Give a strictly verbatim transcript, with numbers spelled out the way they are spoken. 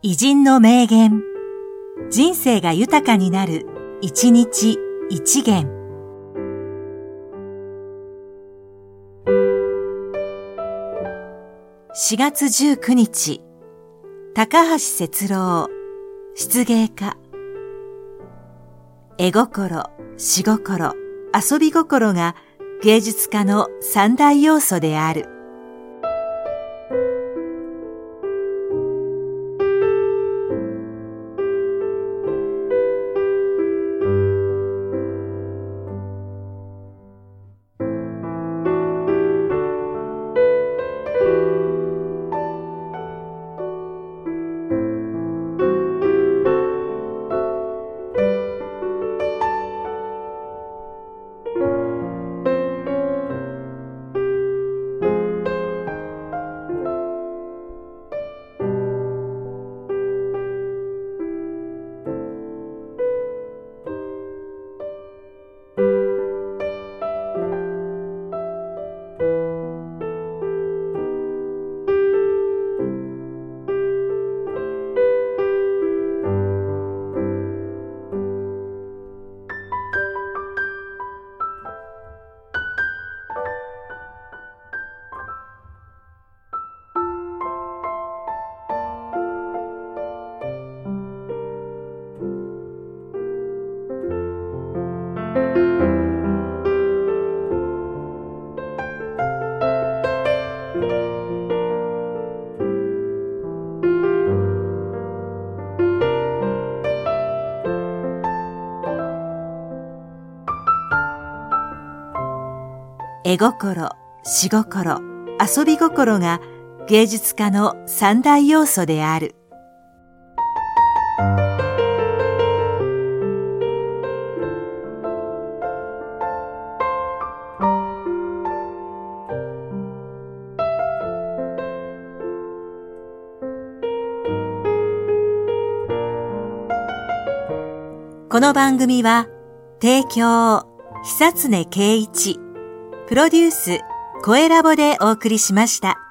偉人の名言。人生が豊かになる、一日一元。しがつじゅうくにち、高橋節郎、漆芸家。絵心、詩心、遊び心が芸術家の三大要素である。絵心、詩心、遊び心が芸術家の三大要素である。この番組は提供久常圭一、プロデュース、声ラボでお送りしました。